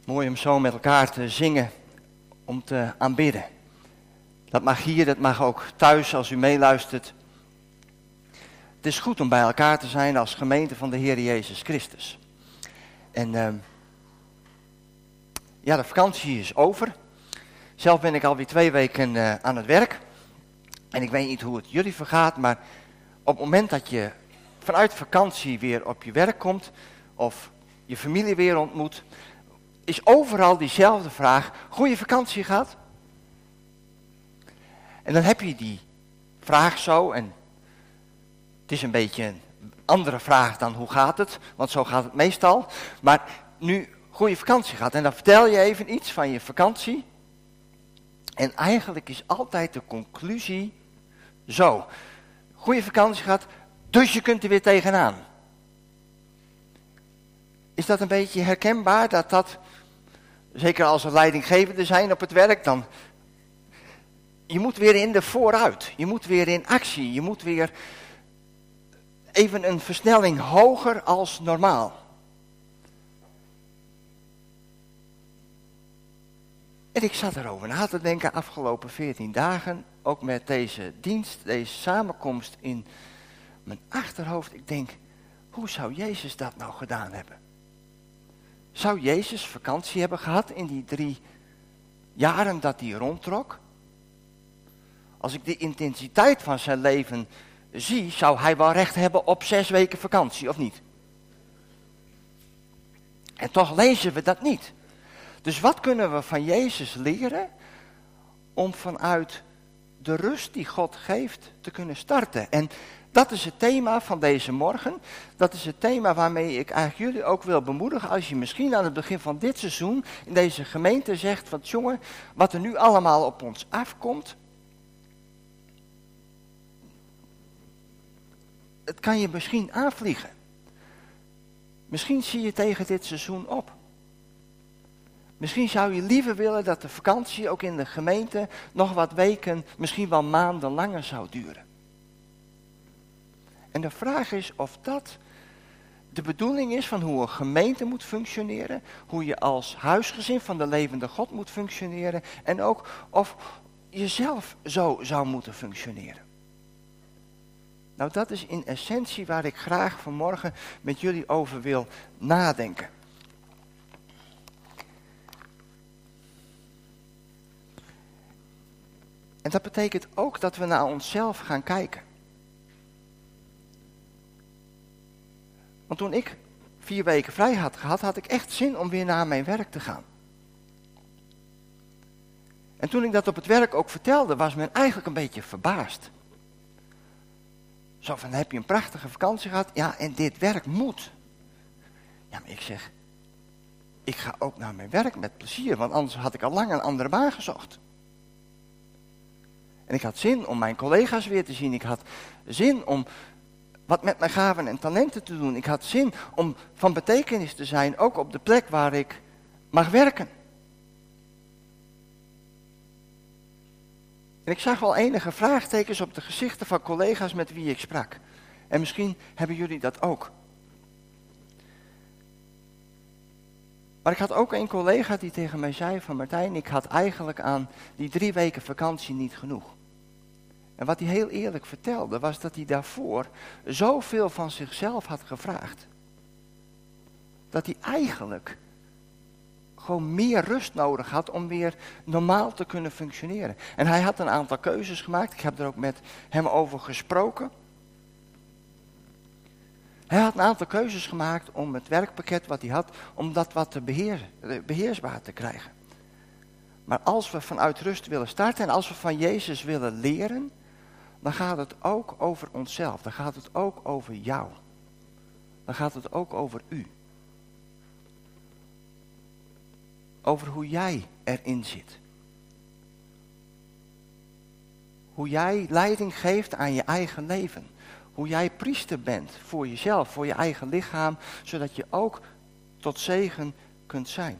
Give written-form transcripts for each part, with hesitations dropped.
Mooi om zo met elkaar te zingen, om te aanbidden. Dat mag hier, dat mag ook thuis als u meeluistert. Het is goed om bij elkaar te zijn als gemeente van de Heer Jezus Christus. En de vakantie is over. Zelf ben ik alweer 2 weken aan het werk. En ik weet niet hoe het jullie vergaat, maar op het moment dat je vanuit vakantie weer op je werk komt, of je familie weer ontmoet, is overal diezelfde vraag: goeie vakantie gehad? En dan heb je die vraag zo, en het is een beetje een andere vraag dan hoe gaat het, want zo gaat het meestal. Maar nu goeie vakantie gehad, en dan vertel je even iets van je vakantie. En eigenlijk is altijd de conclusie zo: goeie vakantie gehad, dus je kunt er weer tegenaan. Is dat een beetje herkenbaar, dat zeker als er leidinggevenden zijn op het werk, dan je moet weer in de vooruit, je moet weer in actie, je moet weer even een versnelling hoger als normaal. En ik zat erover na te denken afgelopen 14 dagen, ook met deze dienst, deze samenkomst in mijn achterhoofd. Ik denk, hoe zou Jezus dat nou gedaan hebben? Zou Jezus vakantie hebben gehad in die 3 jaren dat hij rondtrok? Als ik de intensiteit van zijn leven zie, zou hij wel recht hebben op 6 weken vakantie, of niet? En toch lezen we dat niet. Dus wat kunnen we van Jezus leren om vanuit de rust die God geeft te kunnen starten? En dat is het thema van deze morgen. Dat is het thema waarmee ik eigenlijk jullie ook wil bemoedigen. Als je misschien aan het begin van dit seizoen in deze gemeente zegt van jongen, wat er nu allemaal op ons afkomt, het kan je misschien aanvliegen. Misschien zie je tegen dit seizoen op. Misschien zou je liever willen dat de vakantie ook in de gemeente nog wat weken, misschien wel maanden langer zou duren. En de vraag is of dat de bedoeling is van hoe een gemeente moet functioneren, hoe je als huisgezin van de levende God moet functioneren en ook of je zelf zo zou moeten functioneren. Nou, dat is in essentie waar ik graag vanmorgen met jullie over wil nadenken. En dat betekent ook dat we naar onszelf gaan kijken. Want toen ik 4 weken vrij had gehad, had ik echt zin om weer naar mijn werk te gaan. En toen ik dat op het werk ook vertelde, was men eigenlijk een beetje verbaasd. Zo van, heb je een prachtige vakantie gehad? Ja, en dit werk moet. Ja, maar ik zeg, ik ga ook naar mijn werk met plezier, want anders had ik al lang een andere baan gezocht. En ik had zin om mijn collega's weer te zien. Ik had zin om wat met mijn gaven en talenten te doen. Ik had zin om van betekenis te zijn, ook op de plek waar ik mag werken. En ik zag wel enige vraagtekens op de gezichten van collega's met wie ik sprak. En misschien hebben jullie dat ook. Maar ik had ook een collega die tegen mij zei van Martijn, ik had eigenlijk aan die 3 weken vakantie niet genoeg. En wat hij heel eerlijk vertelde, was dat hij daarvoor zoveel van zichzelf had gevraagd. Dat hij eigenlijk gewoon meer rust nodig had om weer normaal te kunnen functioneren. En hij had een aantal keuzes gemaakt, ik heb er ook met hem over gesproken. Hij had een aantal keuzes gemaakt om het werkpakket wat hij had, om dat wat te beheersbaar te krijgen. Maar als we vanuit rust willen starten en als we van Jezus willen leren, dan gaat het ook over onszelf. Dan gaat het ook over jou. Dan gaat het ook over u. Over hoe jij erin zit. Hoe jij leiding geeft aan je eigen leven. Hoe jij priester bent voor jezelf, voor je eigen lichaam, zodat je ook tot zegen kunt zijn.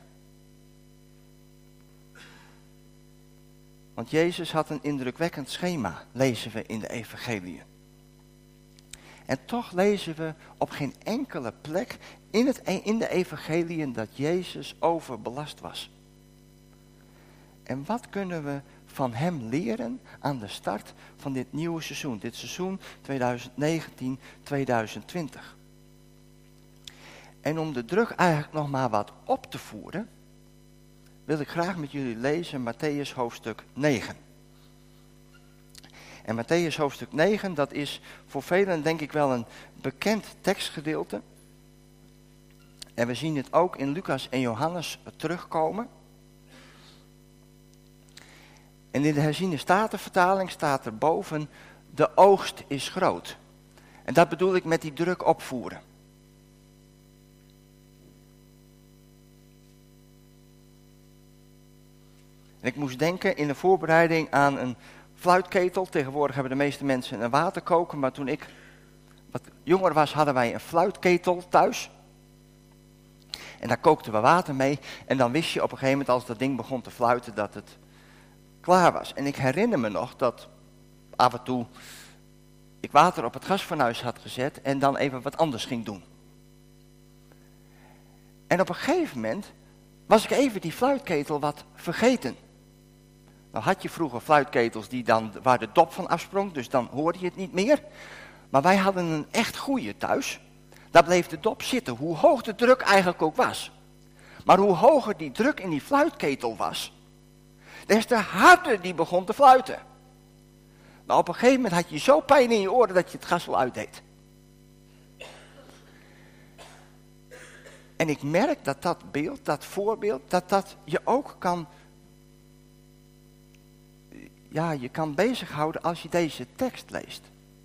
Want Jezus had een indrukwekkend schema, lezen we in de evangeliën. En toch lezen we op geen enkele plek in de evangeliën dat Jezus overbelast was. En wat kunnen we van hem leren aan de start van dit nieuwe seizoen? Dit seizoen 2019-2020. En om de druk eigenlijk nog maar wat op te voeren, wil ik graag met jullie lezen Mattheüs hoofdstuk 9. En Mattheüs hoofdstuk 9, dat is voor velen denk ik wel een bekend tekstgedeelte. En we zien het ook in Lucas en Johannes terugkomen. En in de herziene statenvertaling staat er boven, de oogst is groot. En dat bedoel ik met die druk opvoeren. En ik moest denken in de voorbereiding aan een fluitketel. Tegenwoordig hebben de meeste mensen een waterkoker, maar toen ik wat jonger was hadden wij een fluitketel thuis. En daar kookten we water mee en dan wist je op een gegeven moment als dat ding begon te fluiten dat het klaar was. En ik herinner me nog dat af en toe ik water op het gasfornuis had gezet en dan even wat anders ging doen. En op een gegeven moment was ik even die fluitketel wat vergeten. Nou had je vroeger fluitketels waar de dop van afsprong, dus dan hoorde je het niet meer. Maar wij hadden een echt goeie thuis. Daar bleef de dop zitten, hoe hoog de druk eigenlijk ook was. Maar hoe hoger die druk in die fluitketel was, des te harder die begon te fluiten. Nou, op een gegeven moment had je zo pijn in je oren dat je het gas wel uitdeed. En ik merk dat dat beeld, dat voorbeeld, dat je ook kan, je kan bezighouden als je deze tekst leest.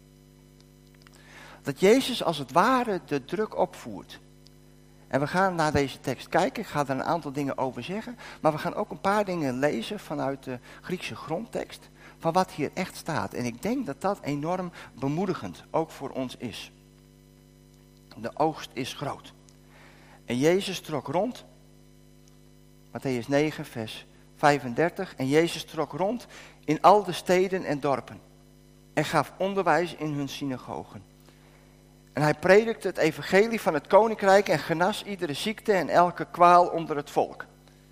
Dat Jezus als het ware de druk opvoert. En we gaan naar deze tekst kijken, ik ga er een aantal dingen over zeggen, maar we gaan ook een paar dingen lezen vanuit de Griekse grondtekst, van wat hier echt staat. En ik denk dat dat enorm bemoedigend ook voor ons is. De oogst is groot. En Jezus trok rond, Mattheüs 9 vers 35, en Jezus trok rond in al de steden en dorpen en gaf onderwijs in hun synagogen. En hij predikte het evangelie van het koninkrijk en genas iedere ziekte en elke kwaal onder het volk.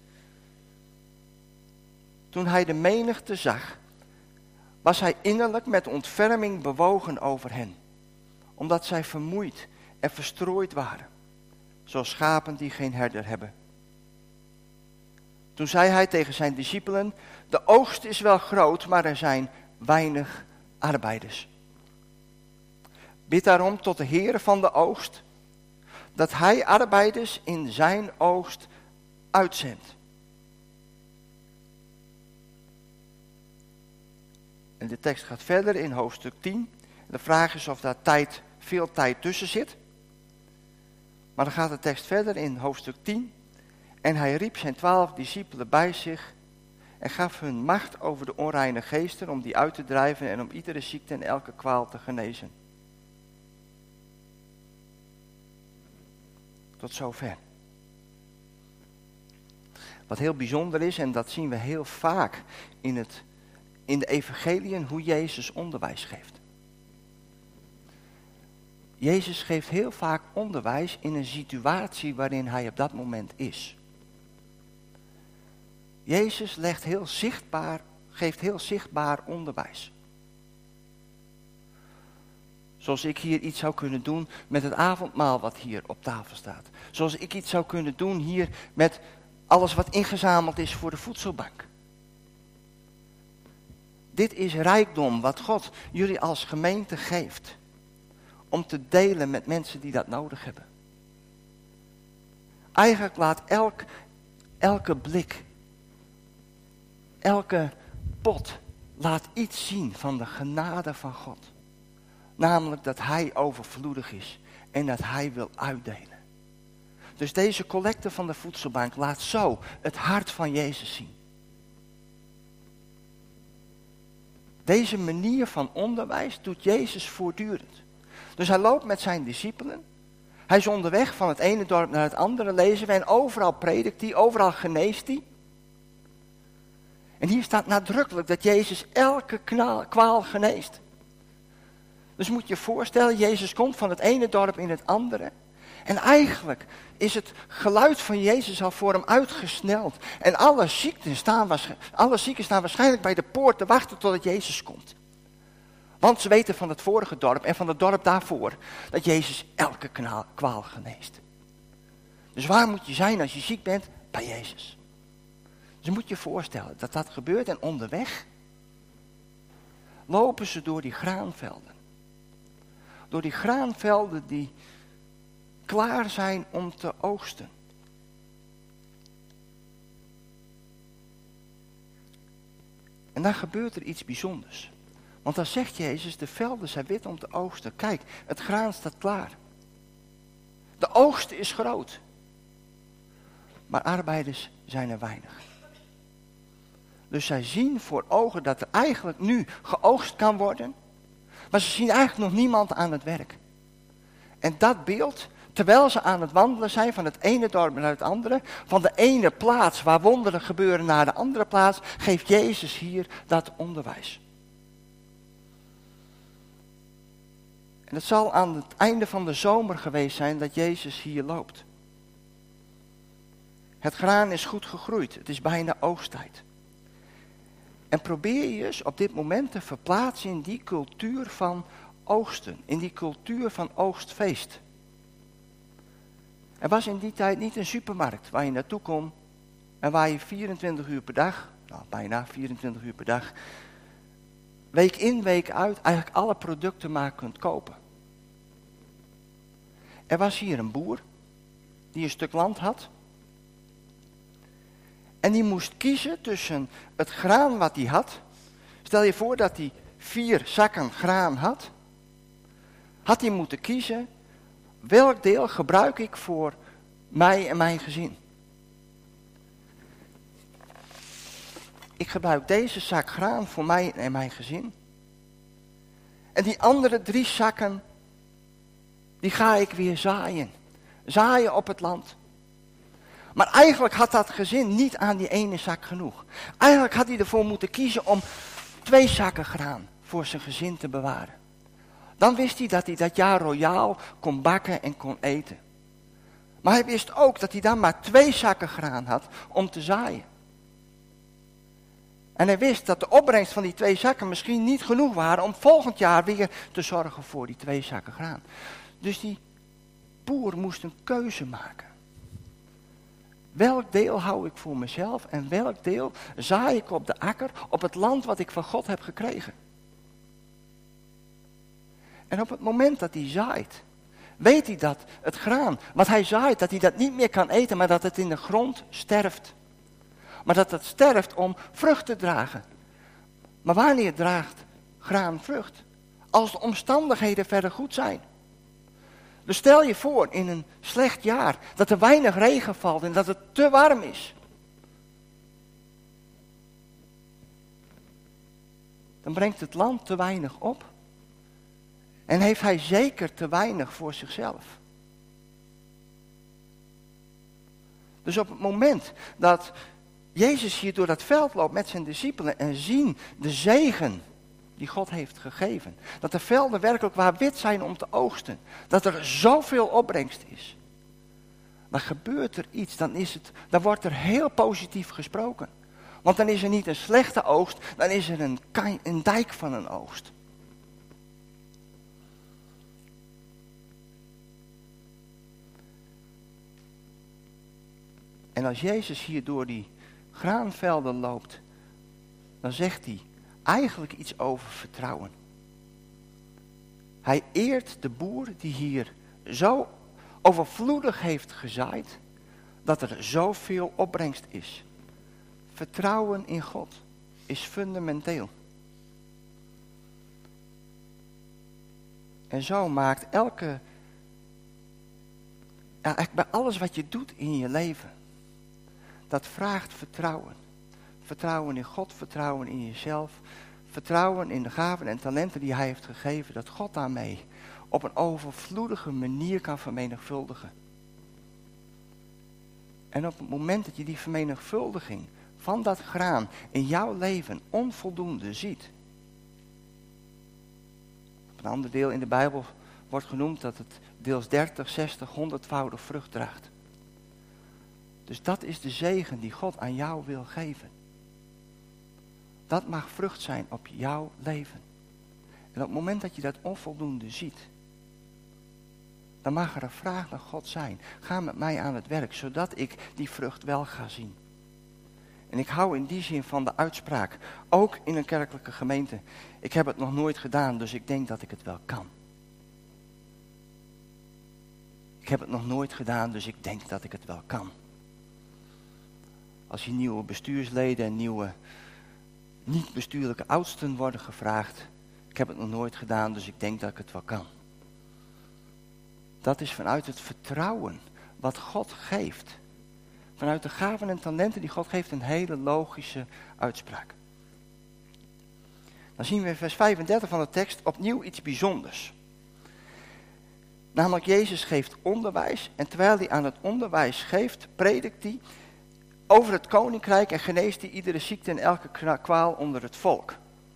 Toen hij de menigte zag, was hij innerlijk met ontferming bewogen over hen, omdat zij vermoeid en verstrooid waren, zoals schapen die geen herder hebben. Toen zei hij tegen zijn discipelen, de oogst is wel groot, maar er zijn weinig arbeiders. Bid daarom tot de Heere van de oogst, dat hij arbeiders in zijn oogst uitzendt. En de tekst gaat verder in hoofdstuk 10. De vraag is of daar veel tijd tussen zit. Maar dan gaat de tekst verder in hoofdstuk 10. En hij riep zijn 12 discipelen bij zich en gaf hun macht over de onreine geesten om die uit te drijven en om iedere ziekte en elke kwaal te genezen. Tot zover. Wat heel bijzonder is, en dat zien we heel vaak in de evangeliën, hoe Jezus onderwijs geeft. Jezus geeft heel vaak onderwijs in een situatie waarin hij op dat moment is. Jezus geeft heel zichtbaar onderwijs. Zoals ik hier iets zou kunnen doen met het avondmaal wat hier op tafel staat. Zoals ik iets zou kunnen doen hier met alles wat ingezameld is voor de voedselbank. Dit is rijkdom wat God jullie als gemeente geeft. Om te delen met mensen die dat nodig hebben. Eigenlijk laat elke blik, elke pot laat iets zien van de genade van God. Namelijk dat hij overvloedig is en dat hij wil uitdelen. Dus deze collecte van de voedselbank laat zo het hart van Jezus zien. Deze manier van onderwijs doet Jezus voortdurend. Dus hij loopt met zijn discipelen. Hij is onderweg van het ene dorp naar het andere, lezen we. En overal predikt hij, overal geneest hij. En hier staat nadrukkelijk dat Jezus elke kwaal geneest. Dus moet je je voorstellen, Jezus komt van het ene dorp in het andere. En eigenlijk is het geluid van Jezus al voor hem uitgesneld. En alle zieken staan waarschijnlijk bij de poort te wachten totdat Jezus komt. Want ze weten van het vorige dorp en van het dorp daarvoor dat Jezus elke kwaal geneest. Dus waar moet je zijn als je ziek bent? Bij Jezus. Dus moet je je voorstellen dat dat gebeurt en onderweg lopen ze door die graanvelden. Door die graanvelden die klaar zijn om te oogsten. En dan gebeurt er iets bijzonders. Want dan zegt Jezus, de velden zijn wit om te oogsten. Kijk, het graan staat klaar. De oogst is groot. Maar arbeiders zijn er weinig. Dus zij zien voor ogen dat er eigenlijk nu geoogst kan worden. Maar ze zien eigenlijk nog niemand aan het werk. En dat beeld, terwijl ze aan het wandelen zijn van het ene dorp naar het andere, van de ene plaats waar wonderen gebeuren naar de andere plaats, geeft Jezus hier dat onderwijs. En het zal aan het einde van de zomer geweest zijn dat Jezus hier loopt. Het graan is goed gegroeid, het is bijna oogsttijd. En probeer je eens op dit moment te verplaatsen in die cultuur van oogsten, in die cultuur van oogstfeest. Er was in die tijd niet een supermarkt waar je naartoe kon en waar je 24 uur per dag, bijna 24 uur per dag, week in, week uit eigenlijk alle producten maar kunt kopen. Er was hier een boer die een stuk land had. En die moest kiezen tussen het graan wat hij had. Stel je voor dat hij 4 zakken graan had. Had hij moeten kiezen, welk deel gebruik ik voor mij en mijn gezin? Ik gebruik deze zak graan voor mij en mijn gezin. En die andere 3 zakken, die ga ik weer zaaien. Zaaien op het land. Maar eigenlijk had dat gezin niet aan die ene zak genoeg. Eigenlijk had hij ervoor moeten kiezen om 2 zakken graan voor zijn gezin te bewaren. Dan wist hij dat hij dat jaar royaal kon bakken en kon eten. Maar hij wist ook dat hij dan maar 2 zakken graan had om te zaaien. En hij wist dat de opbrengst van die 2 zakken misschien niet genoeg waren om volgend jaar weer te zorgen voor die 2 zakken graan. Dus die boer moest een keuze maken. Welk deel hou ik voor mezelf en welk deel zaai ik op de akker, op het land wat ik van God heb gekregen? En op het moment dat hij zaait, weet hij dat het graan wat hij zaait, dat hij dat niet meer kan eten, maar dat het in de grond sterft. Maar dat het sterft om vrucht te dragen. Maar wanneer draagt graan vrucht? Als de omstandigheden verder goed zijn. Dus stel je voor in een slecht jaar dat er weinig regen valt en dat het te warm is. Dan brengt het land te weinig op. En heeft hij zeker te weinig voor zichzelf. Dus op het moment dat Jezus hier door dat veld loopt met zijn discipelen en zien de zegen die God heeft gegeven. Dat de velden werkelijk waar wit zijn om te oogsten. Dat er zoveel opbrengst is. Dan gebeurt er iets, dan wordt er heel positief gesproken. Want dan is er niet een slechte oogst, dan is er een dijk van een oogst. En als Jezus hier door die graanvelden loopt, dan zegt hij eigenlijk iets over vertrouwen. Hij eert de boer die hier zo overvloedig heeft gezaaid, dat er zoveel opbrengst is. Vertrouwen in God is fundamenteel. En zo maakt eigenlijk bij alles wat je doet in je leven, dat vraagt vertrouwen. Vertrouwen in God, vertrouwen in jezelf, vertrouwen in de gaven en talenten die hij heeft gegeven, dat God daarmee op een overvloedige manier kan vermenigvuldigen. En op het moment dat je die vermenigvuldiging van dat graan in jouw leven onvoldoende ziet, Op een ander deel in de Bijbel wordt genoemd dat het deels 30, 60, 100-voudig vrucht draagt. Dus dat is de zegen die God aan jou wil geven. Dat mag vrucht zijn op jouw leven. En op het moment dat je dat onvoldoende ziet, dan mag er een vraag naar God zijn. Ga met mij aan het werk, zodat ik die vrucht wel ga zien. En ik hou in die zin van de uitspraak, ook in een kerkelijke gemeente. Ik heb het nog nooit gedaan, dus ik denk dat ik het wel kan. Ik heb het nog nooit gedaan, dus ik denk dat ik het wel kan. Als hier nieuwe bestuursleden en nieuwe niet-bestuurlijke oudsten worden gevraagd. Ik heb het nog nooit gedaan, dus ik denk dat ik het wel kan. Dat is vanuit het vertrouwen wat God geeft. Vanuit de gaven en talenten die God geeft, een hele logische uitspraak. Dan zien we in vers 35 van de tekst opnieuw iets bijzonders. Namelijk, Jezus geeft onderwijs en terwijl hij aan het onderwijs geeft, predikt hij over het koninkrijk en geneest hij iedere ziekte en elke kwaal onder het volk.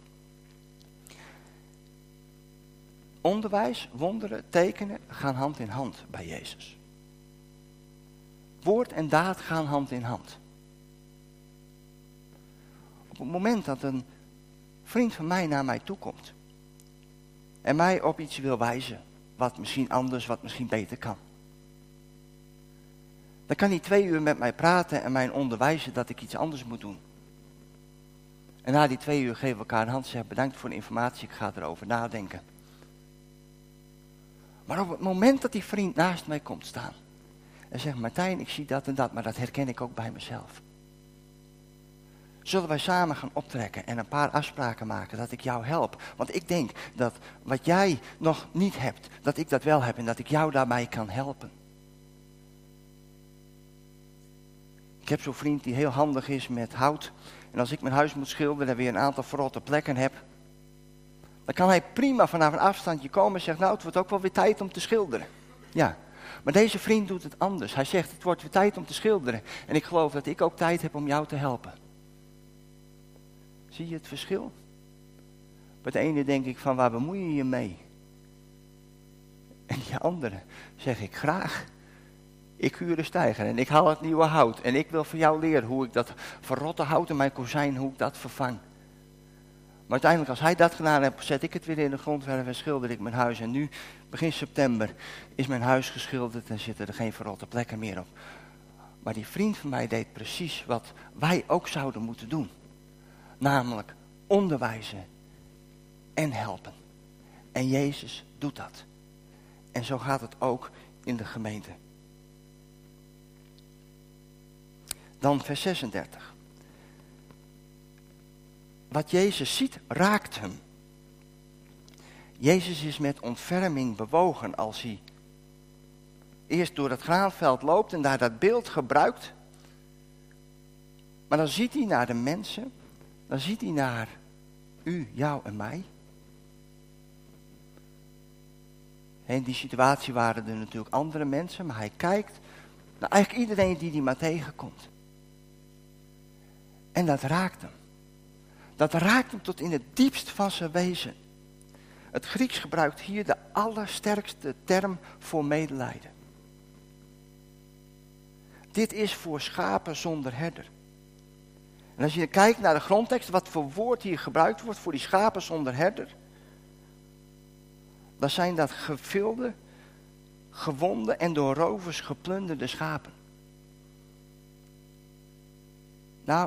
Onderwijs, wonderen, tekenen gaan hand in hand bij Jezus. Woord en daad gaan hand in hand. Op het moment dat een vriend van mij naar mij toe komt en mij op iets wil wijzen, wat misschien anders, wat misschien beter kan. Dan kan hij 2 uur met mij praten en mij onderwijzen dat ik iets anders moet doen. En na die 2 uur geven we elkaar een hand en zeggen bedankt voor de informatie, ik ga erover nadenken. Maar op het moment dat die vriend naast mij komt staan en zegt, Martijn, ik zie dat en dat, maar dat herken ik ook bij mezelf. Zullen wij samen gaan optrekken en een paar afspraken maken dat ik jou help? Want ik denk dat wat jij nog niet hebt, dat ik dat wel heb en dat ik jou daarbij kan helpen. Ik heb zo'n vriend die heel handig is met hout. En als ik mijn huis moet schilderen en weer een aantal verrotte plekken heb, dan kan hij prima vanaf een afstandje komen en zegt, nou het wordt ook wel weer tijd om te schilderen. Ja, maar deze vriend doet het anders. Hij zegt, het wordt weer tijd om te schilderen. En ik geloof dat ik ook tijd heb om jou te helpen. Zie je het verschil? Bij de ene denk ik van, waar bemoei je je mee? En die andere zeg ik graag. Ik huur de steiger en ik haal het nieuwe hout. En ik wil van jou leren hoe ik dat verrotte hout in mijn kozijn, hoe ik dat vervang. Maar uiteindelijk als hij dat gedaan heeft, zet ik het weer in de grondverf en schilder ik mijn huis. En nu, begin september, is mijn huis geschilderd en zitten er geen verrotte plekken meer op. Maar die vriend van mij deed precies wat wij ook zouden moeten doen. Namelijk onderwijzen en helpen. En Jezus doet dat. En zo gaat het ook in de gemeente. Dan vers 36. Wat Jezus ziet, raakt hem. Jezus is met ontferming bewogen als hij eerst door het graanveld loopt en daar dat beeld gebruikt. Maar dan ziet hij naar de mensen, dan ziet hij naar u, jou en mij. In die situatie waren er natuurlijk andere mensen, maar hij kijkt naar eigenlijk iedereen die hij maar tegenkomt. En dat raakt hem. Dat raakt hem tot in het diepst van zijn wezen. Het Grieks gebruikt hier de allersterkste term voor medelijden. Dit is voor schapen zonder herder. En als je kijkt naar de grondtekst, wat voor woord hier gebruikt wordt voor die schapen zonder herder, dan zijn dat gevilde, gewonde en door rovers geplunderde schapen. Nou,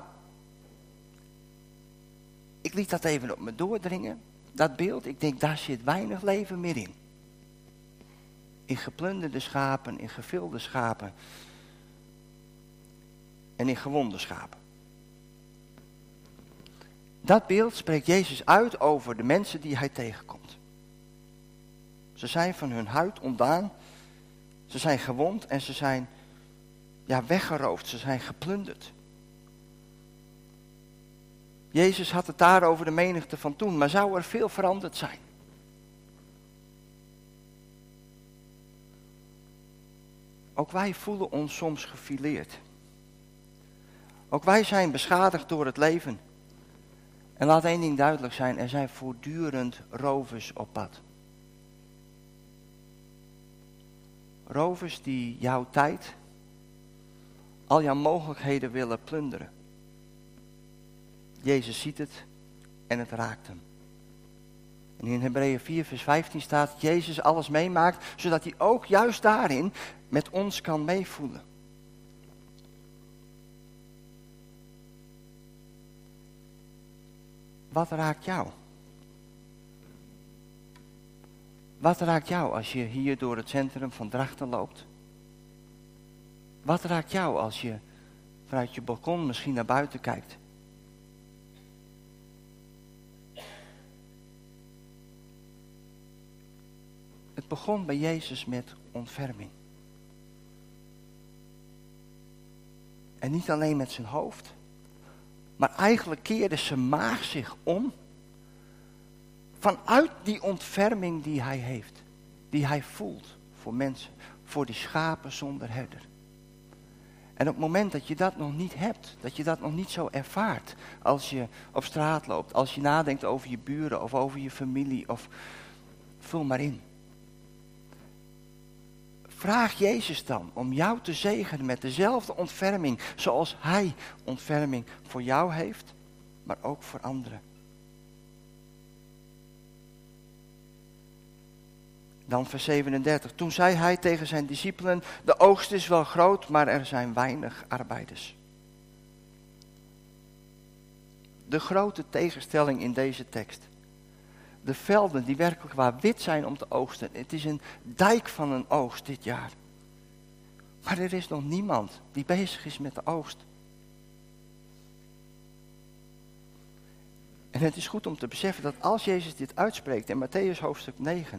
ik liet dat even op me doordringen, dat beeld. Ik denk, daar zit weinig leven meer in. In geplunderde schapen, in gevilde schapen en in gewonde schapen. Dat beeld spreekt Jezus uit over de mensen die hij tegenkomt. Ze zijn van hun huid ontdaan, ze zijn gewond en ze zijn weggeroofd, ze zijn geplunderd. Jezus had het daar over de menigte van toen, maar zou er veel veranderd zijn? Ook wij voelen ons soms gefileerd. Ook wij zijn beschadigd door het leven. En laat één ding duidelijk zijn, er zijn voortdurend rovers op pad. rovers die jouw tijd, al jouw mogelijkheden willen plunderen. Jezus ziet het en het raakt hem. En in Hebreeën 4 vers 15 staat dat Jezus alles meemaakt, zodat hij ook juist daarin met ons kan meevoelen. Wat raakt jou? Wat raakt jou als je hier door het centrum van Drachten loopt? Wat raakt jou als je vanuit je balkon misschien naar buiten kijkt? Het begon bij Jezus met ontferming. En niet alleen met zijn hoofd, maar eigenlijk keerde zijn maag zich om vanuit die ontferming die hij heeft. Die hij voelt voor mensen, voor die schapen zonder herder. En op het moment dat je dat nog niet hebt, dat je dat nog niet zo ervaart als je op straat loopt, als je nadenkt over je buren of over je familie, of vul maar in. Vraag Jezus dan om jou te zegenen met dezelfde ontferming zoals hij ontferming voor jou heeft, maar ook voor anderen. Dan vers 37. Toen zei hij tegen zijn discipelen, de oogst is wel groot, maar er zijn weinig arbeiders. De grote tegenstelling in deze tekst. De velden die werkelijk waar wit zijn om te oogsten. Het is een dijk van een oogst dit jaar. Maar er is nog niemand die bezig is met de oogst. En het is goed om te beseffen dat als Jezus dit uitspreekt in Mattheüs hoofdstuk 9...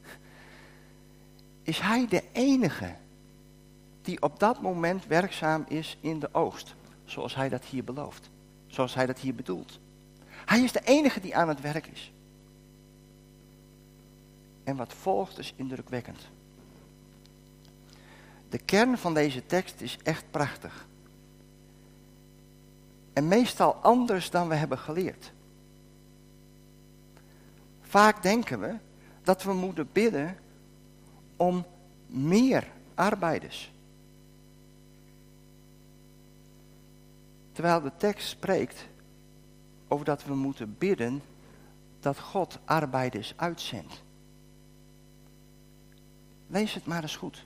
is hij de enige die op dat moment werkzaam is in de oogst. Zoals hij dat hier belooft. Zoals hij dat hier bedoelt. Hij is de enige die aan het werk is. En wat volgt is indrukwekkend. De kern van deze tekst is echt prachtig. En meestal anders dan we hebben geleerd. Vaak denken we dat we moeten bidden om meer arbeiders. Terwijl de tekst spreekt over dat we moeten bidden dat God arbeiders uitzendt. Lees het maar eens goed.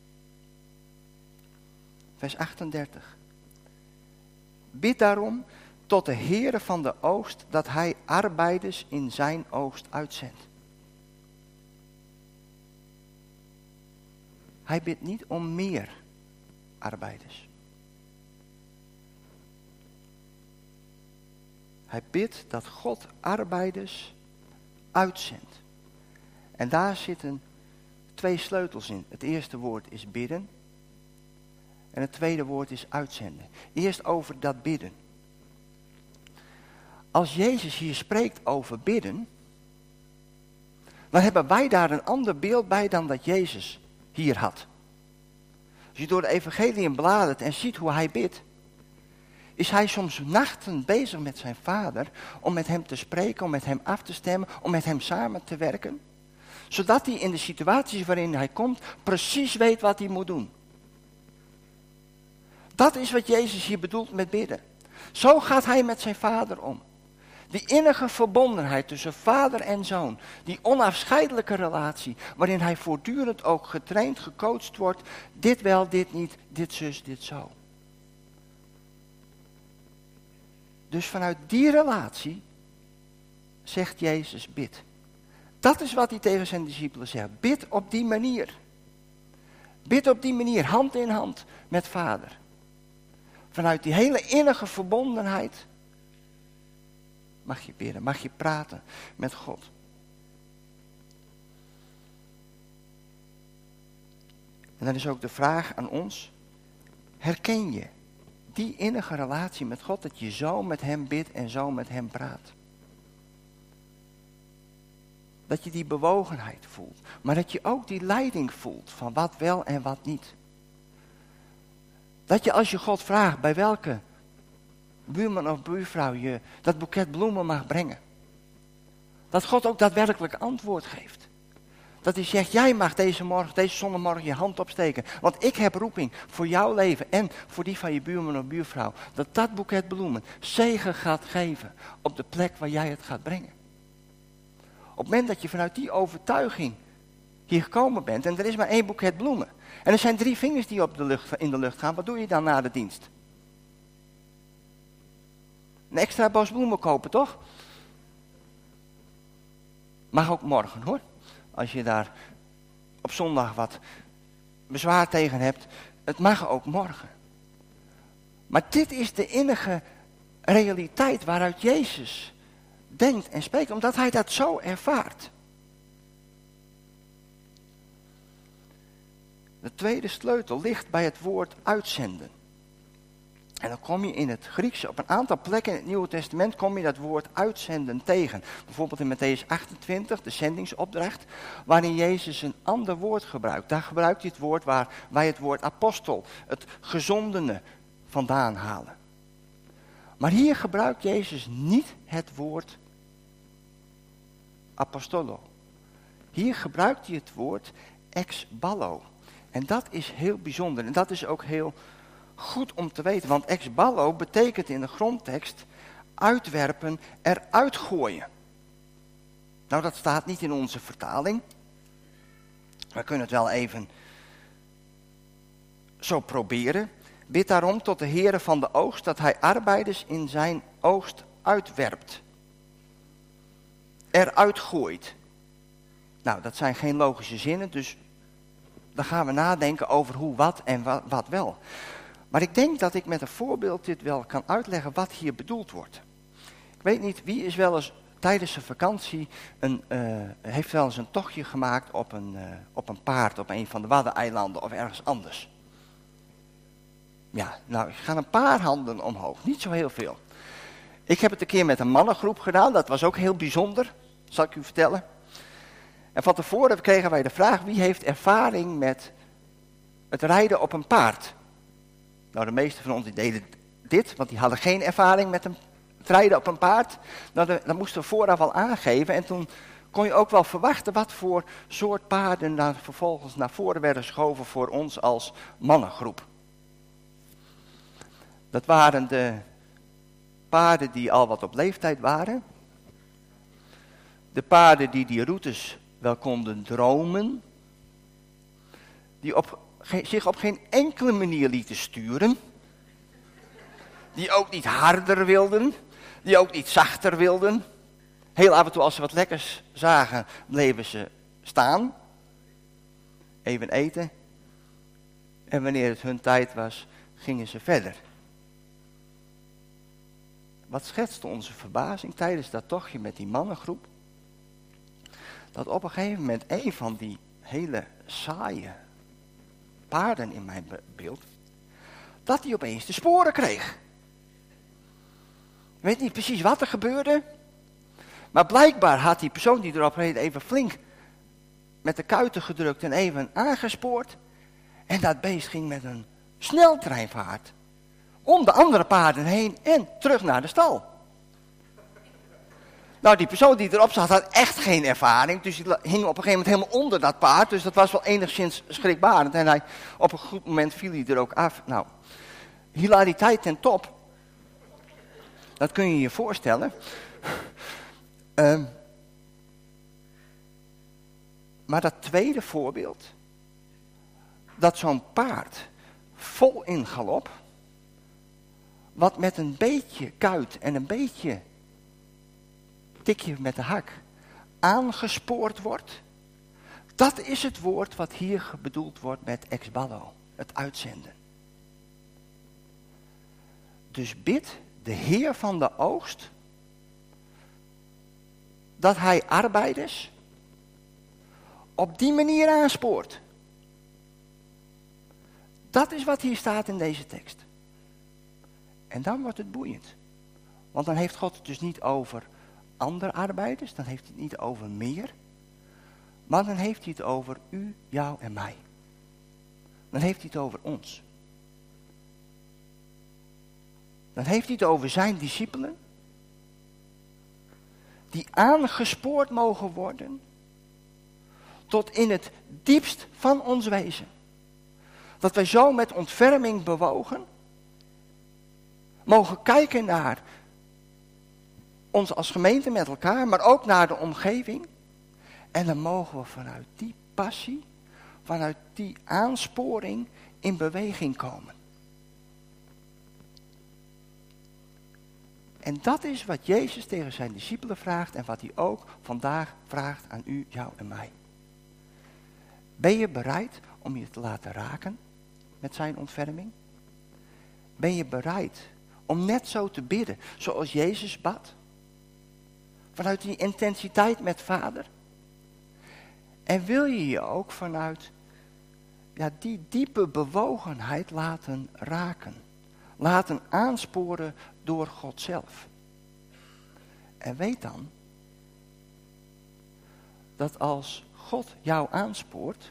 Vers 38. Bid daarom tot de Heere van de oogst dat hij arbeiders in zijn oogst uitzendt. Hij bidt niet om meer arbeiders. Hij bidt dat God arbeiders uitzendt. En daar zitten 2 sleutels in. Het eerste woord is bidden. En het tweede woord is uitzenden. Eerst over dat bidden. Als Jezus hier spreekt over bidden, dan hebben wij daar een ander beeld bij dan dat Jezus hier had. Als je door de evangeliën bladert en ziet hoe hij bidt, is hij soms nachten bezig met zijn vader om met hem te spreken, om met hem af te stemmen, om met hem samen te werken. Zodat hij in de situaties waarin hij komt precies weet wat hij moet doen. Dat is wat Jezus hier bedoelt met bidden. Zo gaat hij met zijn vader om. Die innige verbondenheid tussen vader en zoon. Die onafscheidelijke relatie. Waarin hij voortdurend ook getraind, gecoacht wordt. Dit wel, dit niet, dit zus, dit zo. Dus vanuit die relatie zegt Jezus bid. Dat is wat hij tegen zijn discipelen zegt. Bid op die manier. Bid op die manier, hand in hand met vader. Vanuit die hele innige verbondenheid mag je bidden, mag je praten met God. En dan is ook de vraag aan ons, herken je die innige relatie met God, dat je zo met hem bidt en zo met hem praat? Dat je die bewogenheid voelt, maar dat je ook die leiding voelt van wat wel en wat niet. Dat je als je God vraagt bij welke buurman of buurvrouw je dat boeket bloemen mag brengen. Dat God ook daadwerkelijk antwoord geeft. Dat hij zegt, jij mag deze zondagmorgen je hand opsteken. Want ik heb roeping voor jouw leven en voor die van je buurman of buurvrouw. Dat boeket bloemen zegen gaat geven op de plek waar jij het gaat brengen. Op het moment dat je vanuit die overtuiging hier gekomen bent en er is maar 1 boeket bloemen. En er zijn 3 vingers die in de lucht gaan. Wat doe je dan na de dienst? Een extra bos bloemen kopen, toch? Mag ook morgen, hoor. Als je daar op zondag wat bezwaar tegen hebt. Het mag ook morgen. Maar dit is de innige realiteit waaruit Jezus denkt en spreekt. Omdat hij dat zo ervaart. De tweede sleutel ligt bij het woord uitzenden. En dan kom je in het Grieks, op een aantal plekken in het Nieuwe Testament kom je dat woord uitzenden tegen. Bijvoorbeeld in Mattheüs 28, de zendingsopdracht, waarin Jezus een ander woord gebruikt. Daar gebruikt hij het woord waar wij het woord apostel, het gezondene, vandaan halen. Maar hier gebruikt Jezus niet het woord apostolo. Hier gebruikt hij het woord exballo. En dat is heel bijzonder en dat is ook heel goed om te weten, want exballo betekent in de grondtekst uitwerpen, eruit gooien. Nou, dat staat niet in onze vertaling. We kunnen het wel even zo proberen. Bid daarom tot de Heere van de oogst, dat hij arbeiders in zijn oogst uitwerpt. Eruit gooit. Nou, dat zijn geen logische zinnen, dus dan gaan we nadenken over hoe, wat en wat wel. Maar ik denk dat ik met een voorbeeld dit wel kan uitleggen wat hier bedoeld wordt. Ik weet niet, wie is wel eens tijdens zijn vakantie heeft wel eens een tochtje gemaakt op een paard op een van de Waddeneilanden of ergens anders. Ja, nou, ik ga een paar handen omhoog, niet zo heel veel. Ik heb het een keer met een mannengroep gedaan, dat was ook heel bijzonder, zal ik u vertellen. En van tevoren kregen wij de vraag, wie heeft ervaring met het rijden op een paard? Nou, de meeste van ons die deden dit, want die hadden geen ervaring met het rijden op een paard. Nou, dat moesten we vooraf al aangeven. En toen kon je ook wel verwachten wat voor soort paarden dan vervolgens naar voren werden geschoven voor ons als mannengroep. Dat waren de paarden die al wat op leeftijd waren. De paarden die routes wel konden dromen. Die zich op geen enkele manier lieten sturen. Die ook niet harder wilden. Die ook niet zachter wilden. Heel af en toe als ze wat lekkers zagen, bleven ze staan. Even eten. En wanneer het hun tijd was, gingen ze verder. Wat schetste onze verbazing tijdens dat tochtje met die mannengroep? Dat op een gegeven moment een van die hele saaie paarden in mijn beeld, dat hij opeens de sporen kreeg. Ik weet niet precies wat er gebeurde, maar blijkbaar had die persoon die erop reed even flink met de kuiten gedrukt en even aangespoord. En dat beest ging met een sneltreinvaart om de andere paarden heen en terug naar de stal. Nou, die persoon die erop zat had echt geen ervaring, dus die hing op een gegeven moment helemaal onder dat paard. Dus dat was wel enigszins schrikbarend. En op een goed moment viel hij er ook af. Nou, hilariteit ten top. Dat kun je je voorstellen. Maar dat tweede voorbeeld, dat zo'n paard vol in galop, wat met een beetje kuit en een beetje tikje met de hak aangespoord wordt, dat is het woord wat hier bedoeld wordt met exballo, het uitzenden. Dus bid de Heer van de oogst dat hij arbeiders op die manier aanspoort. Dat is wat hier staat in deze tekst. En dan wordt het boeiend. Want dan heeft God het dus niet over andere arbeiders, dan heeft hij het niet over meer. Maar dan heeft hij het over u, jou en mij. Dan heeft hij het over ons. Dan heeft hij het over zijn discipelen. Die aangespoord mogen worden tot in het diepst van ons wezen. Dat wij zo met ontferming bewogen mogen kijken naar ons als gemeente met elkaar, maar ook naar de omgeving. En dan mogen we vanuit die passie, vanuit die aansporing in beweging komen. En dat is wat Jezus tegen zijn discipelen vraagt en wat hij ook vandaag vraagt aan u, jou en mij. Ben je bereid om je te laten raken met zijn ontferming? Ben je bereid om net zo te bidden zoals Jezus bad? Vanuit die intensiteit met Vader? En wil je je ook vanuit die diepe bewogenheid laten raken? Laten aansporen door God zelf. En weet dan dat als God jou aanspoort,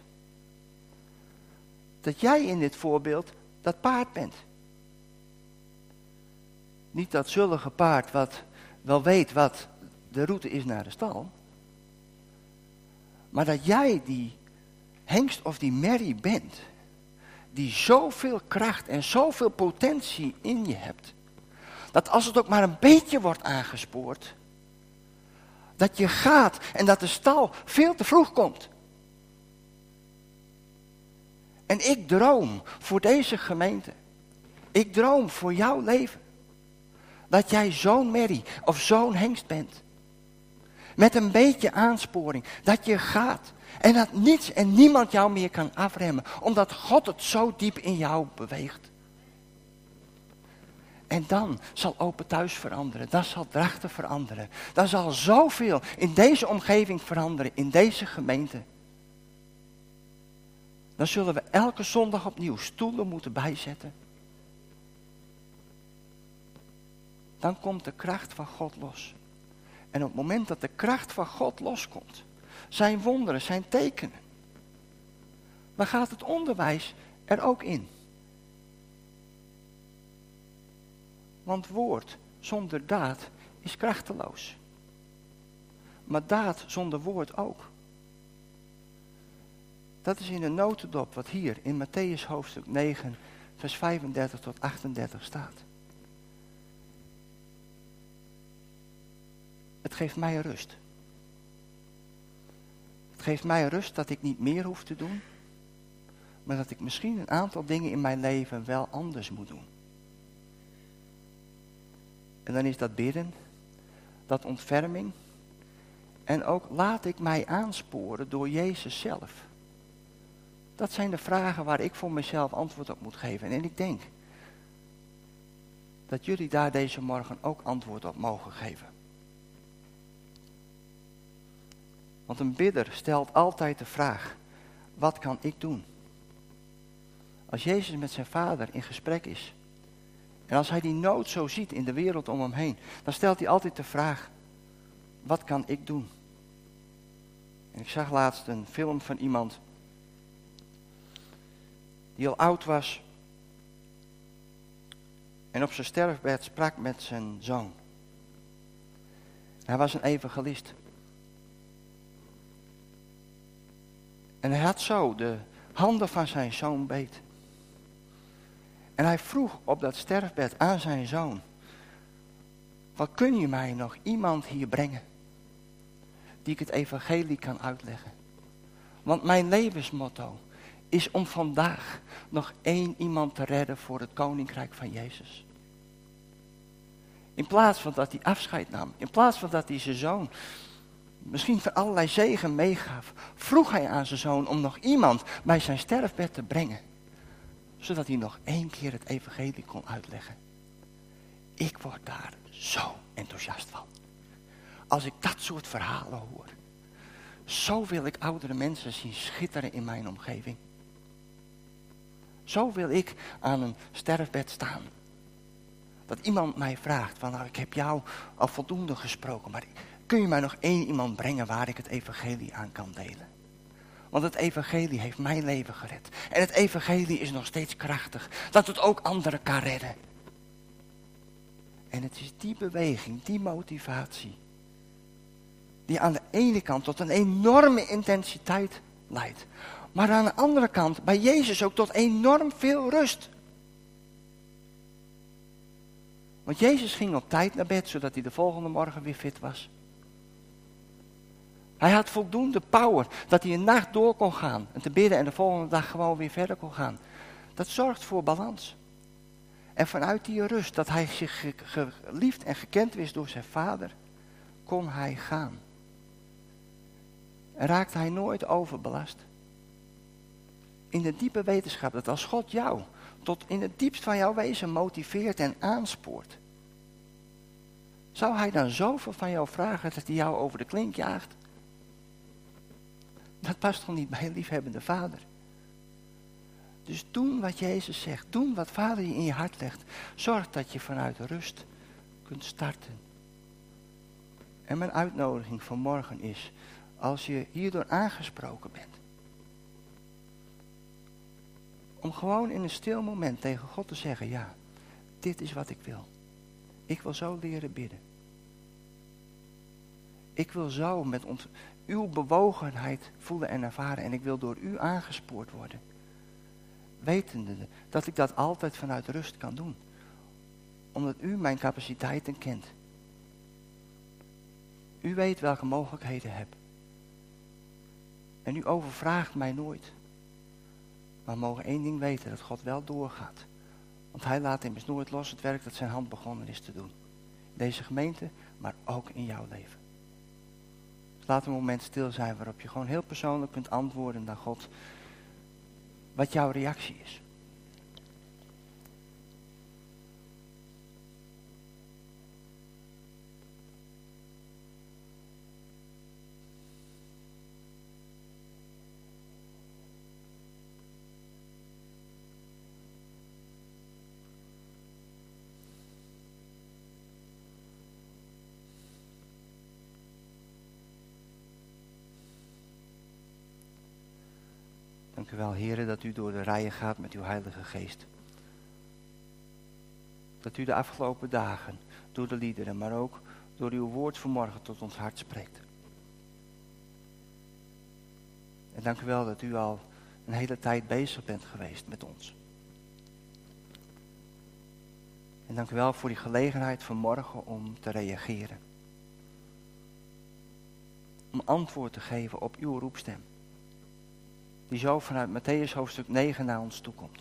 dat jij in dit voorbeeld dat paard bent. Niet dat zullige paard wat wel weet wat de route is naar de stal. Maar dat jij die hengst of die merrie bent. Die zoveel kracht en zoveel potentie in je hebt. Dat als het ook maar een beetje wordt aangespoord. Dat je gaat en dat de stal veel te vroeg komt. En ik droom voor deze gemeente. Ik droom voor jouw leven. Dat jij zo'n merrie of zo'n hengst bent. Met een beetje aansporing. Dat je gaat. En dat niets en niemand jou meer kan afremmen. Omdat God het zo diep in jou beweegt. En dan zal Open Thuis veranderen. Dan zal Drachten veranderen. Dan zal zoveel in deze omgeving veranderen. In deze gemeente. Dan zullen we elke zondag opnieuw stoelen moeten bijzetten. Dan komt de kracht van God los. En op het moment dat de kracht van God loskomt, zijn wonderen, zijn tekenen, dan gaat het onderwijs er ook in. Want woord zonder daad is krachteloos. Maar daad zonder woord ook. Dat is in de notendop wat hier in Mattheüs hoofdstuk 9, vers 35 tot 38 staat. Het geeft mij rust. Het geeft mij rust dat ik niet meer hoef te doen, maar dat ik misschien een aantal dingen in mijn leven wel anders moet doen. En dan is dat bidden, dat ontferming en ook laat ik mij aansporen door Jezus zelf. Dat zijn de vragen waar ik voor mezelf antwoord op moet geven. En ik denk dat jullie daar deze morgen ook antwoord op mogen geven. Want een bidder stelt altijd de vraag, wat kan ik doen? Als Jezus met zijn Vader in gesprek is, en als hij die nood zo ziet in de wereld om hem heen, dan stelt hij altijd de vraag, wat kan ik doen? En ik zag laatst een film van iemand die al oud was en op zijn sterfbed sprak met zijn zoon. Hij was een evangelist. En hij had zo de handen van zijn zoon beet. En hij vroeg op dat sterfbed aan zijn zoon, wat kun je mij nog iemand hier brengen die ik het evangelie kan uitleggen? Want mijn levensmotto is om vandaag nog 1 iemand te redden voor het koninkrijk van Jezus. In plaats van dat hij afscheid nam, in plaats van dat hij zijn zoon misschien van allerlei zegen meegaf, vroeg hij aan zijn zoon om nog iemand bij zijn sterfbed te brengen. Zodat hij nog 1 keer het evangelie kon uitleggen. Ik word daar zo enthousiast van. Als ik dat soort verhalen hoor. Zo wil ik oudere mensen zien schitteren in mijn omgeving. Zo wil ik aan een sterfbed staan. Dat iemand mij vraagt van, nou, ik heb jou al voldoende gesproken, maar kun je mij nog 1 iemand brengen waar ik het evangelie aan kan delen? Want het evangelie heeft mijn leven gered. En het evangelie is nog steeds krachtig. Dat het ook anderen kan redden. En het is die beweging, die motivatie, die aan de ene kant tot een enorme intensiteit leidt. Maar aan de andere kant bij Jezus ook tot enorm veel rust. Want Jezus ging op tijd naar bed, zodat hij de volgende morgen weer fit was. Hij had voldoende power, dat hij een nacht door kon gaan en te bidden en de volgende dag gewoon weer verder kon gaan. Dat zorgt voor balans. En vanuit die rust, dat hij zich geliefd en gekend wist door zijn vader, kon hij gaan. En raakte hij nooit overbelast. In de diepe wetenschap dat als God jou tot in het diepst van jouw wezen motiveert en aanspoort, zou hij dan zoveel van jou vragen dat hij jou over de klink jaagt? Dat past toch niet bij een liefhebbende vader? Dus doen wat Jezus zegt. Doen wat Vader je in je hart legt. Zorg dat je vanuit rust kunt starten. En mijn uitnodiging van morgen is, als je hierdoor aangesproken bent, om gewoon in een stil moment tegen God te zeggen, ja, dit is wat ik wil. Ik wil zo leren bidden. Ik wil zo met uw bewogenheid voelen en ervaren en ik wil door u aangespoord worden. Wetende dat ik dat altijd vanuit rust kan doen. Omdat u mijn capaciteiten kent. U weet welke mogelijkheden ik heb. En u overvraagt mij nooit. Maar we mogen één ding weten, dat God wel doorgaat. Want hij laat immers nooit los het werk dat zijn hand begonnen is te doen. In deze gemeente, maar ook in jouw leven. Dus laat een moment stil zijn waarop je gewoon heel persoonlijk kunt antwoorden naar God. Wat jouw reactie is. Dank u wel, heren, dat u door de rijen gaat met uw Heilige Geest. Dat u de afgelopen dagen, door de liederen, maar ook door uw woord vanmorgen tot ons hart spreekt. En dank u wel dat u al een hele tijd bezig bent geweest met ons. En dank u wel voor die gelegenheid vanmorgen om te reageren. Om antwoord te geven op uw roepstem. Die zo vanuit Mattheüs hoofdstuk 9 naar ons toekomt.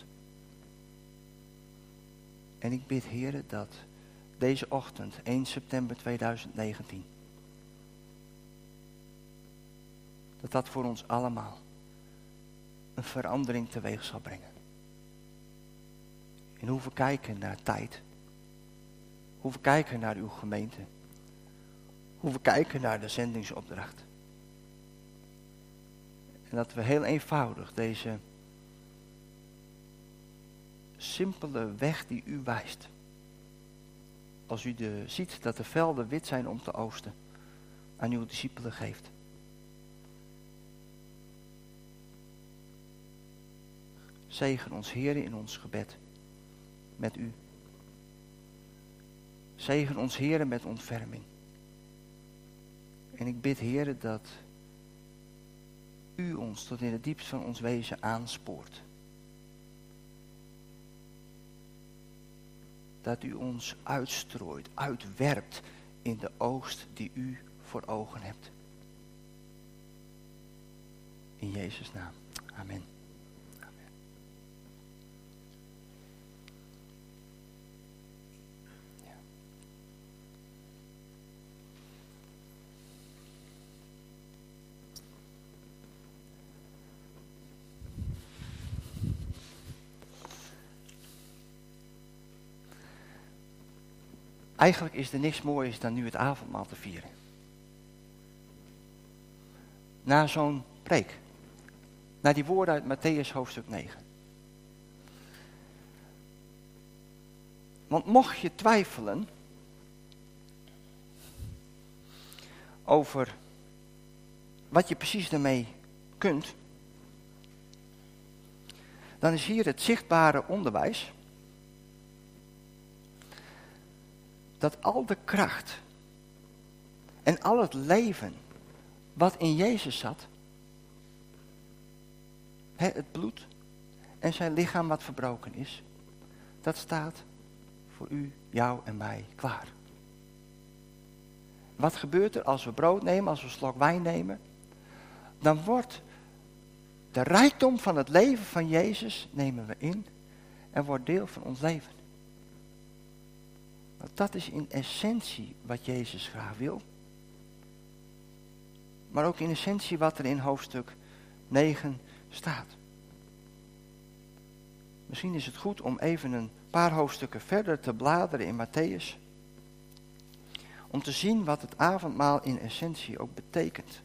En ik bid, heren, dat deze ochtend, 1 september 2019, dat voor ons allemaal een verandering teweeg zal brengen. In hoe we kijken naar tijd. Hoe we kijken naar uw gemeente. Hoe we kijken naar de zendingsopdracht. En dat we heel eenvoudig deze simpele weg die u wijst. Als u ziet dat de velden wit zijn om te oosten, aan uw discipelen geeft. Zegen ons, Heer, in ons gebed met u. Zegen ons, Heer, met ontferming. En ik bid, Heer, dat u ons tot in het diepst van ons wezen aanspoort. Dat u ons uitstrooit, uitwerpt in de oogst die u voor ogen hebt. In Jezus' naam. Amen. Amen. Ja. Eigenlijk is er niks moois dan nu het avondmaal te vieren. Na zo'n preek. Na die woorden uit Mattheüs hoofdstuk 9. Want mocht je twijfelen over wat je precies daarmee kunt, dan is hier het zichtbare onderwijs dat al de kracht en al het leven wat in Jezus zat, het bloed en zijn lichaam wat verbroken is, dat staat voor u, jou en mij klaar. Wat gebeurt er als we brood nemen, als we een slok wijn nemen? Dan wordt de rijkdom van het leven van Jezus, nemen we in en wordt deel van ons leven. Want dat is in essentie wat Jezus graag wil. Maar ook in essentie wat er in hoofdstuk 9 staat. Misschien is het goed om even een paar hoofdstukken verder te bladeren in Mattheüs. Om te zien wat het avondmaal in essentie ook betekent.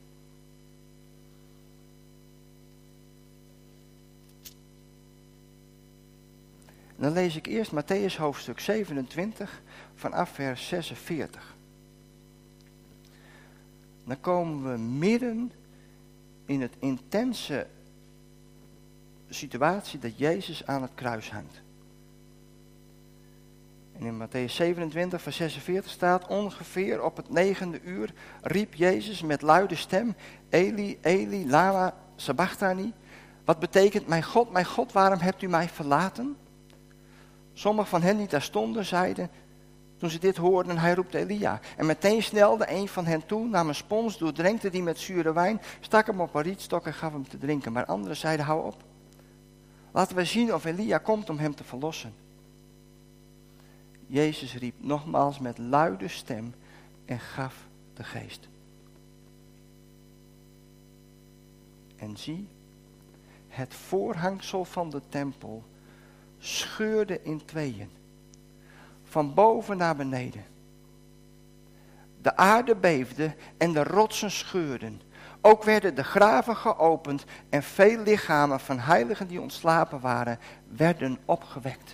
En dan lees ik eerst Mattheüs hoofdstuk 27 vanaf vers 46. Dan komen we midden in het intense situatie dat Jezus aan het kruis hangt. En in Mattheüs 27 vers 46 staat: ongeveer op het 9e uur riep Jezus met luide stem: Eli, Eli, lama sabachthani. Wat betekent: mijn God, waarom hebt u mij verlaten? Sommigen van hen die daar stonden zeiden, toen ze dit hoorden, hij roept Elia. En meteen snelde een van hen toe, nam een spons, doordrenkte die met zure wijn, stak hem op een rietstok en gaf hem te drinken. Maar anderen zeiden, hou op. Laten we zien of Elia komt om hem te verlossen. Jezus riep nogmaals met luide stem en gaf de geest. En zie, het voorhangsel van de tempel scheurde in tweeën, van boven naar beneden. De aarde beefde en de rotsen scheurden. Ook werden de graven geopend en veel lichamen van heiligen die ontslapen waren, werden opgewekt.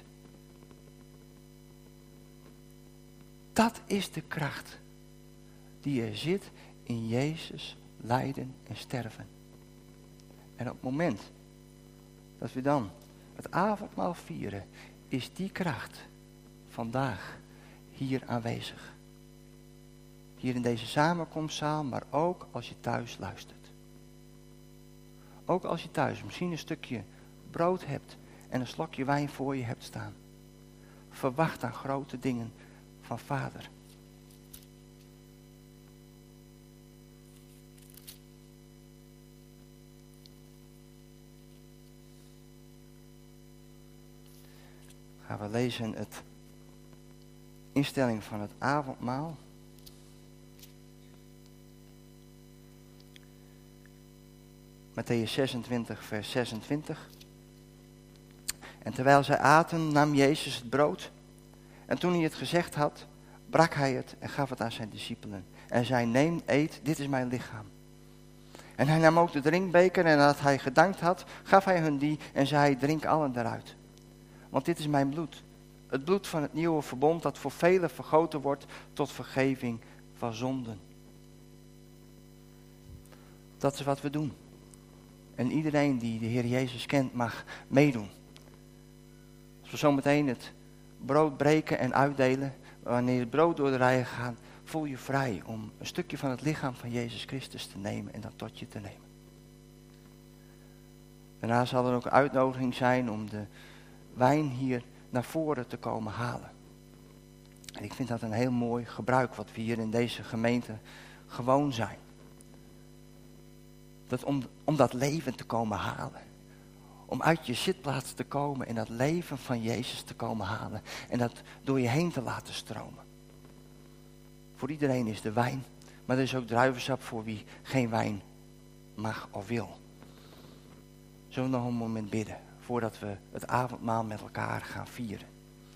Dat is de kracht die er zit in Jezus lijden en sterven. En op het moment dat we dan het avondmaal vieren, is die kracht vandaag hier aanwezig. Hier in deze samenkomstzaal, maar ook als je thuis luistert. Ook als je thuis misschien een stukje brood hebt en een slokje wijn voor je hebt staan. Verwacht aan grote dingen van Vader. Gaan we lezen het instelling van het avondmaal. Mattheüs 26 vers 26. En terwijl zij aten, nam Jezus het brood. En toen hij het gezegd had, brak hij het en gaf het aan zijn discipelen. En zei, neem, eet, dit is mijn lichaam. En hij nam ook de drinkbeker en nadat hij gedankt had, gaf hij hun die en zei, drink allen daaruit. Want dit is mijn bloed. Het bloed van het nieuwe verbond dat voor velen vergoten wordt tot vergeving van zonden. Dat is wat we doen. En iedereen die de Heer Jezus kent mag meedoen. Als we zometeen het brood breken en uitdelen, wanneer het brood door de rijen gaat, voel je vrij om een stukje van het lichaam van Jezus Christus te nemen en dat tot je te nemen. Daarna zal er ook een uitnodiging zijn om de wijn hier naar voren te komen halen. En ik vind dat een heel mooi gebruik wat we hier in deze gemeente gewoon zijn. Dat om dat leven te komen halen. Om uit je zitplaats te komen en dat leven van Jezus te komen halen. En dat door je heen te laten stromen. Voor iedereen is de wijn. Maar er is ook druivensap voor wie geen wijn mag of wil. Zullen we nog een moment bidden. Voordat we het avondmaal met elkaar gaan vieren.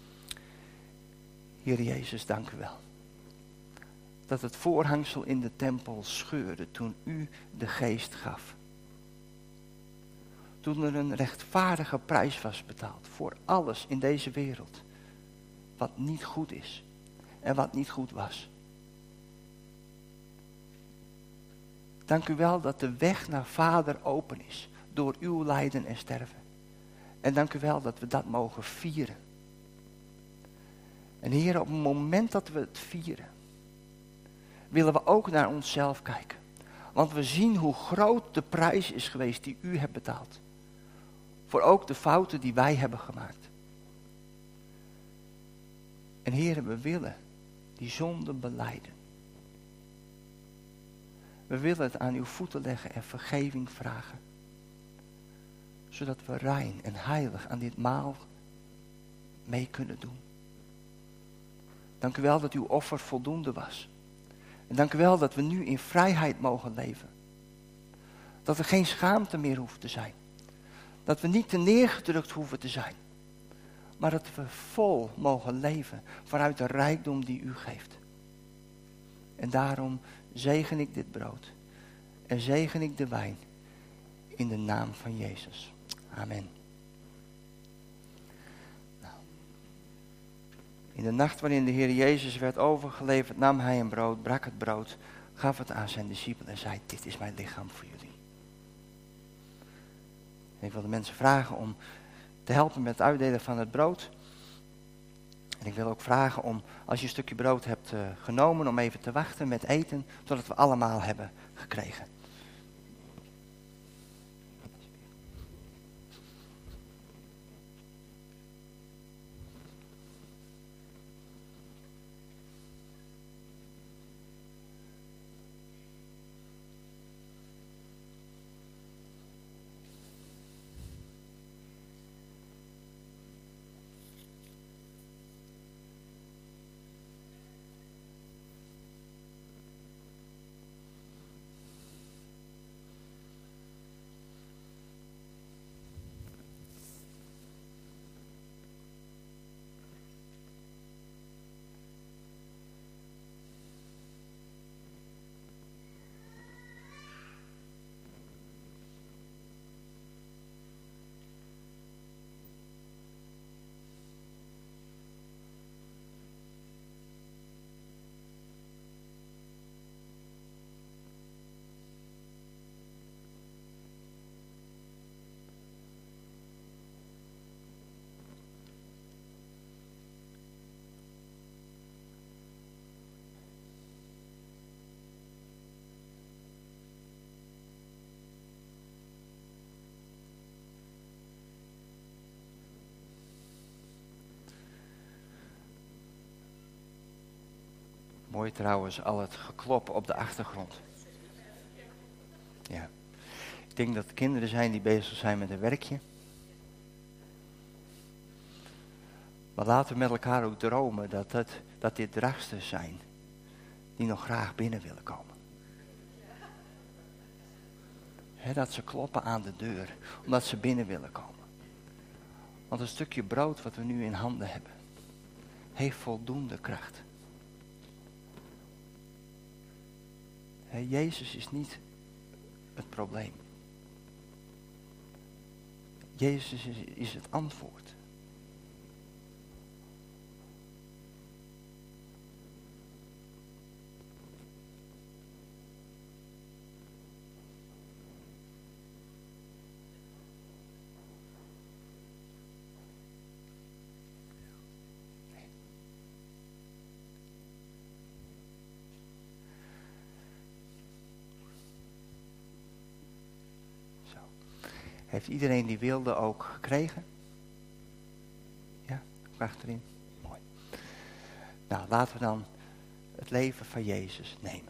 Heer Jezus, dank u wel. Dat het voorhangsel in de tempel scheurde toen u de geest gaf. Toen er een rechtvaardige prijs was betaald voor alles in deze wereld. Wat niet goed is en wat niet goed was. Dank u wel dat de weg naar Vader open is door uw lijden en sterven. En dank u wel dat we dat mogen vieren. En Heer, op het moment dat we het vieren, willen we ook naar onszelf kijken. Want we zien hoe groot de prijs is geweest die u hebt betaald. voor ook de fouten die wij hebben gemaakt. En Heere, we willen die zonde belijden. We willen het aan uw voeten leggen en vergeving vragen. Zodat we rein en heilig aan dit maal mee kunnen doen. Dank u wel dat uw offer voldoende was. En dank u wel dat we nu in vrijheid mogen leven. Dat er geen schaamte meer hoeft te zijn. Dat we niet te neergedrukt hoeven te zijn. Maar dat we vol mogen leven vanuit de rijkdom die u geeft. En daarom zegen ik dit brood. En zegen ik de wijn. In de naam van Jezus. Amen. Nou. In de nacht waarin de Heer Jezus werd overgeleverd, nam hij een brood, brak het brood, gaf het aan zijn discipelen en zei, dit is mijn lichaam voor jullie. En ik wil de mensen vragen om te helpen met het uitdelen van het brood. En ik wil ook vragen om, als je een stukje brood hebt genomen, om even te wachten met eten, totdat we allemaal hebben gekregen. Mooi trouwens, al het geklop op de achtergrond. Ja. Ik denk dat er kinderen zijn die bezig zijn met een werkje. Maar laten we met elkaar ook dromen dat dit dragsters zijn die nog graag binnen willen komen. Dat ze kloppen aan de deur, omdat ze binnen willen komen. Want een stukje brood wat we nu in handen hebben, heeft voldoende kracht. Jezus is niet het probleem. Jezus is het antwoord. Heeft iedereen die wilde ook gekregen? Ja, ook achterin. Mooi. Nou, laten we dan het leven van Jezus nemen.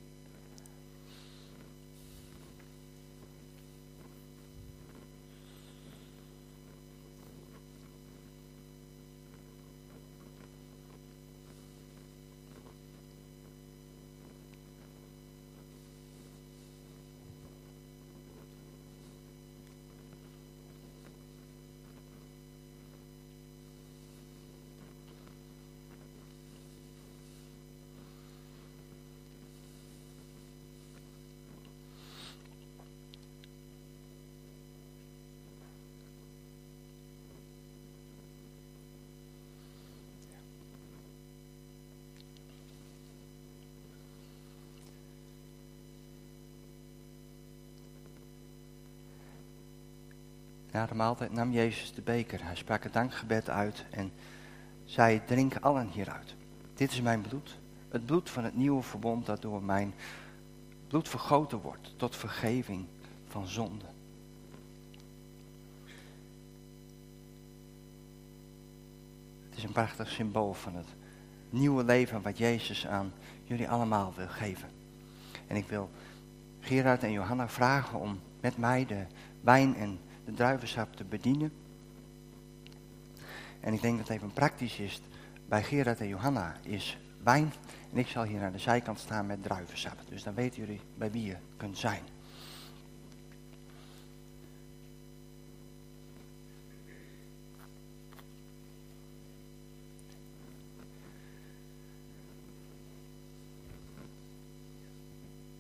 Na de maaltijd nam Jezus de beker. Hij sprak het dankgebed uit en zei, drink allen hieruit. Dit is mijn bloed, het bloed van het nieuwe verbond dat door mijn bloed vergoten wordt tot vergeving van zonde. is een prachtig symbool van het nieuwe leven wat Jezus aan jullie allemaal wil geven. En ik wil Gerard en Johanna vragen om met mij de wijn en de druivensap te bedienen. En ik denk dat het even praktisch is. Bij Gerard en Johanna is wijn. En ik zal hier aan de zijkant staan met druivensap. Dus dan weten jullie bij wie je kunt zijn.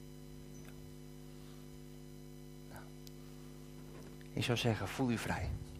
Ik zou zeggen, voel u vrij.